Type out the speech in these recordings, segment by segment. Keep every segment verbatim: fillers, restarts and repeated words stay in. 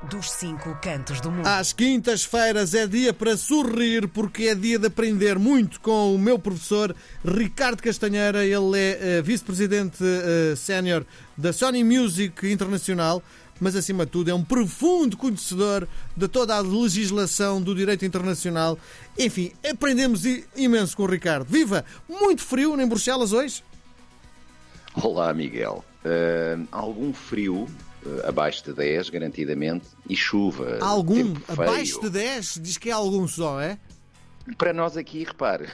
dos cinco cantos do mundo. Às quintas-feiras é dia para sorrir, porque é dia de aprender muito com o meu professor Ricardo Castanheira. Ele é uh, vice-presidente uh, sénior da Sony Music Internacional, mas acima de tudo é um profundo conhecedor de toda a legislação do direito internacional. Enfim, aprendemos imenso com o Ricardo. Viva! Muito frio em Bruxelas hoje? Olá, Miguel. Uh, algum frio, uh, abaixo de dez, garantidamente, e chuva. Algum? Abaixo de dez? Diz que é algum só, é? Para nós aqui, repare,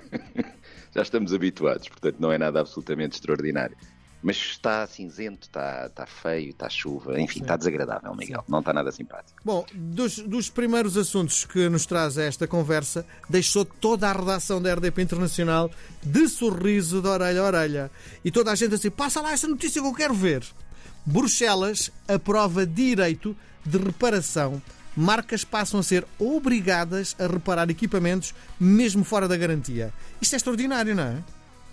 já estamos habituados, portanto não é nada absolutamente extraordinário. Mas está cinzento, está, está feio, está chuva, enfim, Sim. está desagradável, Miguel. Sim. Não está nada simpático. Bom, dos, dos primeiros assuntos que nos traz a esta conversa, deixou toda a redação da R D P Internacional de sorriso de orelha a orelha. E toda a gente assim, passa lá essa notícia que eu quero ver. Bruxelas aprova direito de reparação. Marcas passam a ser obrigadas a reparar equipamentos mesmo fora da garantia. Isto é extraordinário, não é?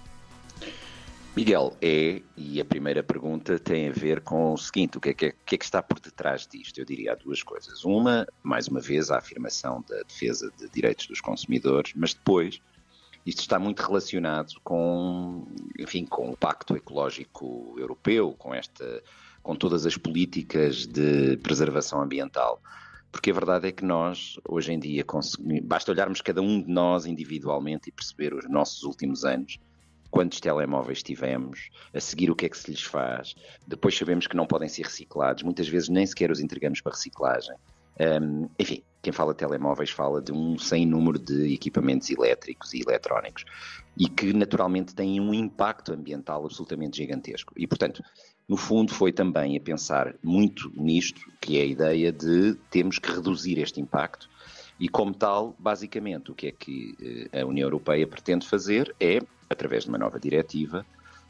Miguel, é, e a primeira pergunta tem a ver com o seguinte, o que é que, é, o que é que está por detrás disto? Eu diria há duas coisas. Uma, mais uma vez, a afirmação da defesa de direitos dos consumidores, mas depois, isto está muito relacionado com, enfim, com o Pacto Ecológico Europeu, com, esta, com todas as políticas de preservação ambiental. Porque a verdade é que nós, hoje em dia, basta olharmos cada um de nós individualmente e perceber os nossos últimos anos, quantos telemóveis tivemos, a seguir o que é que se lhes faz, depois sabemos que não podem ser reciclados, muitas vezes nem sequer os entregamos para reciclagem. Um, enfim, quem fala de telemóveis fala de um sem número de equipamentos elétricos e eletrónicos e que naturalmente têm um impacto ambiental absolutamente gigantesco. E, portanto, no fundo foi também a pensar muito nisto, que é a ideia de termos que reduzir este impacto. E como tal, basicamente, o que é que a União Europeia pretende fazer é, através de uma nova diretiva,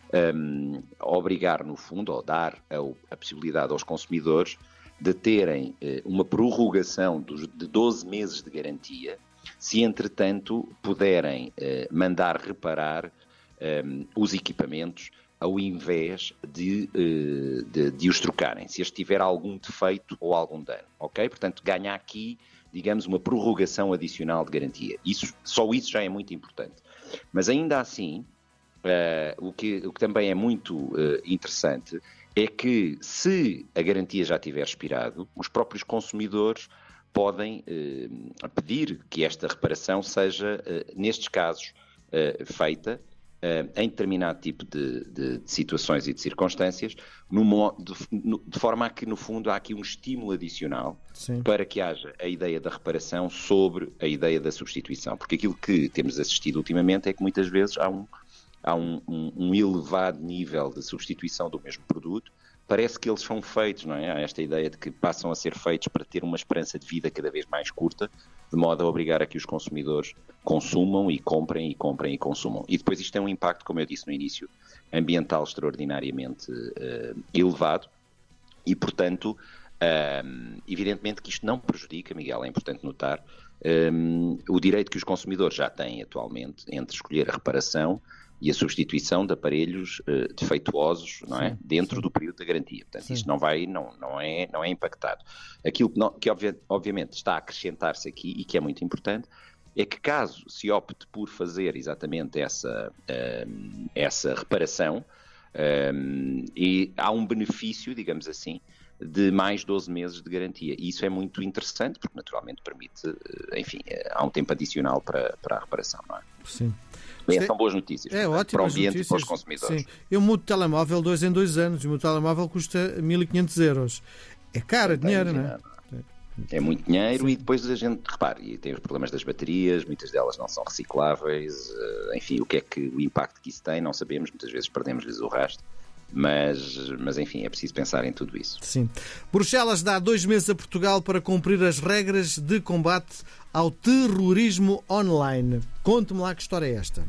um, obrigar, no fundo, ou dar a, a possibilidade aos consumidores de terem uh, uma prorrogação dos, de doze meses de garantia, se, entretanto, puderem uh, mandar reparar um, os equipamentos ao invés de, uh, de, de os trocarem, se este tiver algum defeito ou algum dano, ok? Portanto, ganha aqui, digamos, uma prorrogação adicional de garantia. Isso, só isso já é muito importante. Mas ainda assim, uh, o, que, o que também é muito uh, interessante é que se a garantia já tiver expirado, os próprios consumidores podem uh, pedir que esta reparação seja, uh, nestes casos, uh, feita uh, em determinado tipo de, de, de situações e de circunstâncias, no, de, no, de forma a que, no fundo, há aqui um estímulo adicional Sim. para que haja a ideia da reparação sobre a ideia da substituição. Porque aquilo que temos assistido ultimamente é que muitas vezes há um, há um, um, um elevado nível de substituição do mesmo produto. Parece que eles são feitos, não é? Há esta ideia de que passam a ser feitos para ter uma esperança de vida cada vez mais curta, de modo a obrigar a que os consumidores consumam e comprem e comprem e consumam. E depois isto tem um impacto, como eu disse no início, ambiental extraordinariamente uh, elevado e, portanto, uh, evidentemente que isto não prejudica, Miguel, é importante notar, um, o direito que os consumidores já têm atualmente entre escolher a reparação e a substituição de aparelhos uh, defeituosos, não é? Sim, dentro sim. do período da garantia. Portanto, sim. isto não, vai, não, não, é, não é impactado. Aquilo que, não, que obvia, obviamente está a acrescentar-se aqui e que é muito importante é que caso se opte por fazer exatamente essa, uh, essa reparação, uh, e há um benefício, digamos assim, de mais doze meses de garantia. E isso é muito interessante porque naturalmente permite, uh, enfim, uh, há um tempo adicional para, para a reparação, não é? Sim. Bem, são boas notícias é ótimo, para o ambiente notícias, e para os consumidores. Sim. Eu mudo de telemóvel dois em dois anos e o meu telemóvel custa mil e quinhentos euros. É caro é dinheiro, não é? É muito dinheiro. Sim. E depois a gente, repare, e tem os problemas das baterias, muitas delas não são recicláveis, enfim, o que é que o impacto que isso tem, não sabemos, muitas vezes perdemos-lhes o rastro. Mas, mas, enfim, é preciso pensar em tudo isso. Sim. Bruxelas dá dois meses a Portugal para cumprir as regras de combate ao terrorismo online. Conte-me lá que história é esta.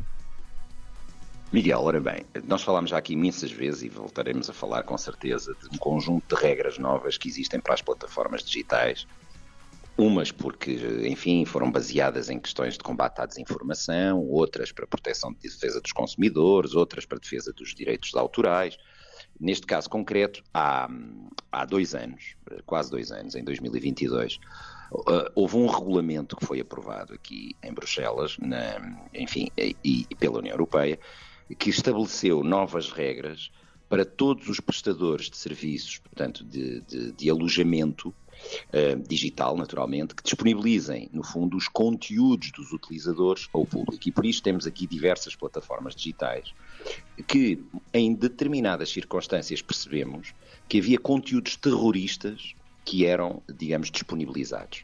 Miguel, ora bem, nós falámos já aqui imensas vezes e voltaremos a falar com certeza de um conjunto de regras novas que existem para as plataformas digitais. Umas porque, enfim, foram baseadas em questões de combate à desinformação, outras para proteção e defesa dos consumidores, outras para defesa dos direitos autorais. Neste caso concreto, há, há dois anos, quase dois anos, em dois mil e vinte e dois, houve um regulamento que foi aprovado aqui em Bruxelas, na, enfim, e, e pela União Europeia, que estabeleceu novas regras para todos os prestadores de serviços, portanto, de, de, de alojamento uh, digital, naturalmente, que disponibilizem, no fundo, os conteúdos dos utilizadores ao público. E por isso temos aqui diversas plataformas digitais que, em determinadas circunstâncias, percebemos que havia conteúdos terroristas que eram, digamos, disponibilizados.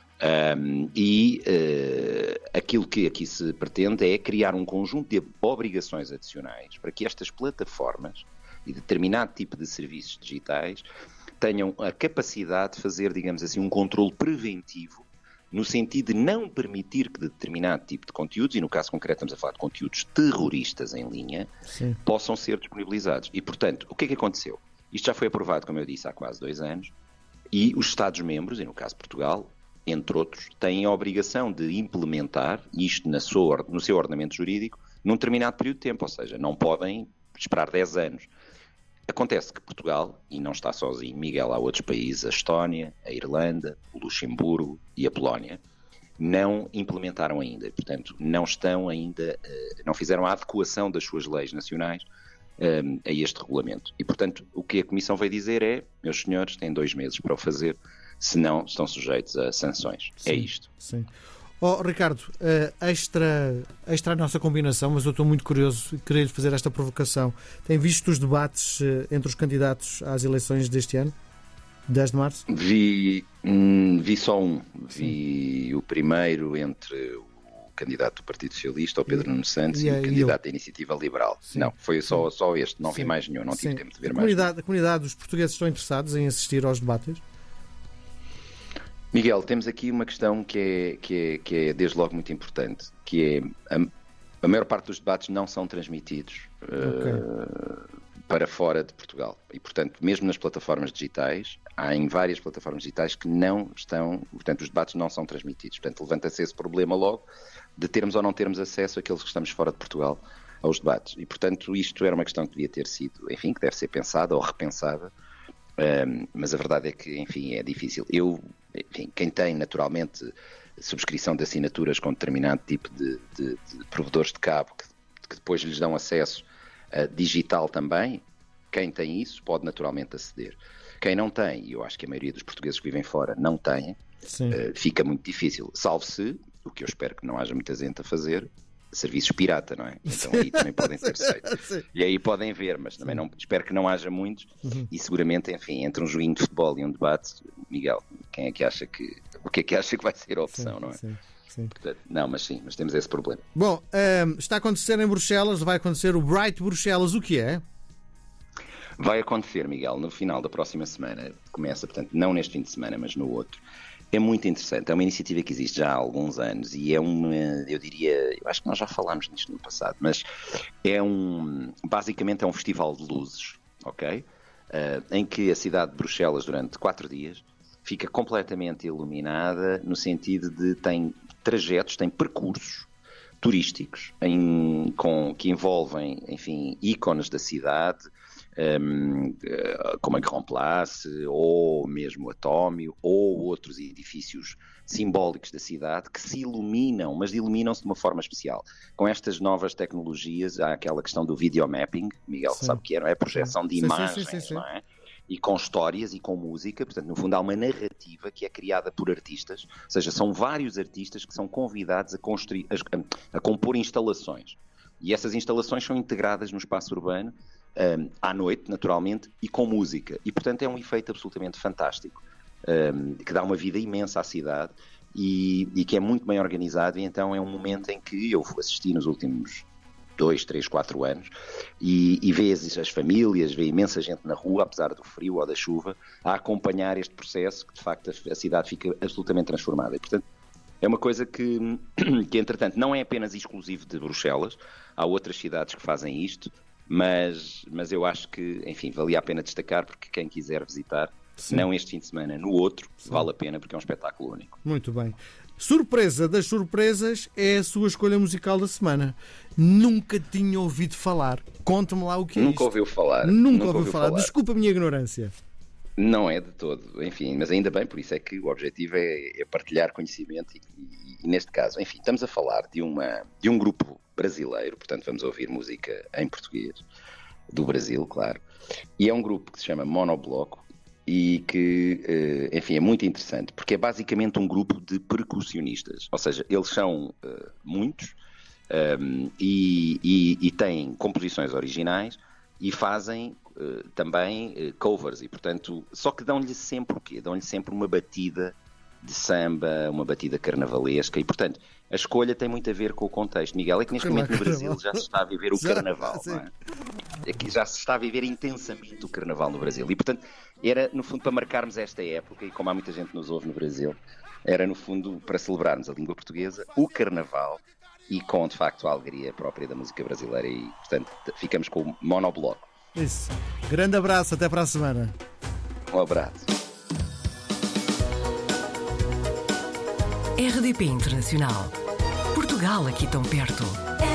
Um, e uh, aquilo que aqui se pretende é criar um conjunto de obrigações adicionais para que estas plataformas e determinado tipo de serviços digitais tenham a capacidade de fazer, digamos assim, um controle preventivo no sentido de não permitir que determinado tipo de conteúdos, e no caso concreto estamos a falar de conteúdos terroristas em linha, Sim. possam ser disponibilizados. E, portanto, o que é que aconteceu? Isto já foi aprovado, como eu disse, há quase dois anos, e os Estados-membros, e no caso Portugal, entre outros, têm a obrigação de implementar isto na sua, no seu ordenamento jurídico num determinado período de tempo, ou seja, não podem esperar dez anos. Acontece que Portugal, e não está sozinho, Miguel, há outros países, a Estónia, a Irlanda, o Luxemburgo e a Polónia, não implementaram ainda, portanto, não estão ainda, não fizeram a adequação das suas leis nacionais um, a este regulamento. E, portanto, o que a Comissão veio dizer é, meus senhores, têm dois meses para o fazer, senão estão sujeitos a sanções. Sim, é isto. Sim. Oh, Ricardo, uh, extra, extra a nossa combinação, mas eu estou muito curioso e queria fazer esta provocação. Tem visto os debates uh, entre os candidatos às eleições deste ano? dez de março? Vi, hum, vi só um. Vi Sim. o primeiro entre o candidato do Partido Socialista, o Pedro Nuno Santos, e, e, e o candidato eu. da Iniciativa Liberal. Sim. Não, foi só, só este, não Sim. vi mais nenhum, não Sim. tive tempo de ver a mais comunidade, A comunidade dos portugueses estão interessados em assistir aos debates? Miguel, temos aqui uma questão que é, que é, que é desde logo muito importante, que é a, a maior parte dos debates não são transmitidos okay. uh, para fora de Portugal. E, portanto, mesmo nas plataformas digitais, há em várias plataformas digitais que não estão, portanto, os debates não são transmitidos. Portanto, levanta-se esse problema logo de termos ou não termos acesso àqueles que estamos fora de Portugal aos debates. E, portanto, isto era uma questão que devia ter sido, enfim, que deve ser pensada ou repensada. Um, mas a verdade é que, enfim, é difícil. Eu, enfim, quem tem naturalmente subscrição de assinaturas com determinado tipo de, de, de provedores de cabo que, que depois lhes dão acesso uh, digital também, quem tem isso pode naturalmente aceder. Quem não tem, e eu acho que a maioria dos portugueses que vivem fora não têm, uh, fica muito difícil, salvo se, o que eu espero que não haja muita gente a fazer, serviços pirata, não é? Então aí também podem ter sites. E aí podem ver, mas também não, espero que não haja muitos. Uhum. E seguramente, enfim, entre um joguinho de futebol e um debate, Miguel, quem é que acha que, o que é que acha que vai ser a opção, sim, não é? Sim, sim. Portanto, não, mas sim, mas temos esse problema. Bom, um, está a acontecer em Bruxelas, vai acontecer o Bright Bruxelas, o que é? Vai acontecer, Miguel, no final da próxima semana, começa, portanto, não neste fim de semana, mas no outro. É muito interessante, é uma iniciativa que existe já há alguns anos e é uma, eu diria, eu acho que nós já falámos nisto no passado, mas é um, basicamente é um festival de luzes, ok? Uh, em que a cidade de Bruxelas durante quatro dias fica completamente iluminada no sentido de tem trajetos, tem percursos turísticos em, com, que envolvem, enfim, ícones da cidade, Um, como a Grand Place, ou mesmo a Tómio, ou outros edifícios simbólicos da cidade que se iluminam, mas iluminam-se de uma forma especial. Com estas novas tecnologias, há aquela questão do videomapping, Miguel sim. sabe o que é, não é? Projeção de sim, imagens, sim, sim, sim, não é? E com histórias e com música, portanto, no fundo há uma narrativa que é criada por artistas, ou seja, são vários artistas que são convidados a, construir, a, a compor instalações. E essas instalações são integradas no espaço urbano, Um, à noite, naturalmente, e com música. E, portanto, é um efeito absolutamente fantástico, um, que dá uma vida imensa à cidade e, e que é muito bem organizado. E então é um momento em que eu assisti nos últimos dois, três, quatro anos e, e vê as, as famílias, vê imensa gente na rua, apesar do frio ou da chuva, a acompanhar este processo que, de facto, a, a cidade fica absolutamente transformada. E, portanto, é uma coisa que, que, entretanto, não é apenas exclusivo de Bruxelas. Há outras cidades que fazem isto. Mas, mas eu acho que, enfim, valia a pena destacar porque quem quiser visitar Sim. Não este fim de semana, no outro, Sim. vale a pena porque é um espetáculo único. Muito bem. Surpresa das surpresas é a sua escolha musical da semana. Nunca tinha ouvido falar. Conta-me lá o que é Nunca isto. ouviu falar. Nunca, Nunca ouviu ouviu falar. falar. Desculpa a minha ignorância. Não é de todo, enfim, mas ainda bem, por isso é que o objetivo é, é partilhar conhecimento e, e, e neste caso, enfim, estamos a falar de, uma, de um grupo brasileiro, portanto vamos ouvir música em português, do Brasil, claro, e é um grupo que se chama Monobloco e que, enfim, é muito interessante, porque é basicamente um grupo de percussionistas, ou seja, eles são uh, muitos um, e, e, e têm composições originais e fazem uh, também uh, covers e, portanto, só que dão-lhe sempre o quê? Dão-lhe sempre uma batida de samba, uma batida carnavalesca e, portanto, a escolha tem muito a ver com o contexto. Miguel, é que neste momento no Brasil já se está a viver o carnaval, não é? É que já se está a viver intensamente o carnaval no Brasil e, portanto, era, no fundo, para marcarmos esta época e como há muita gente nos ouve no Brasil, era, no fundo, para celebrarmos a língua portuguesa, o carnaval e com, de facto, a alegria própria da música brasileira e, portanto, ficamos com o Monobloco. Isso. Grande abraço, até para a semana. Um abraço. R D P Internacional. Portugal aqui tão perto.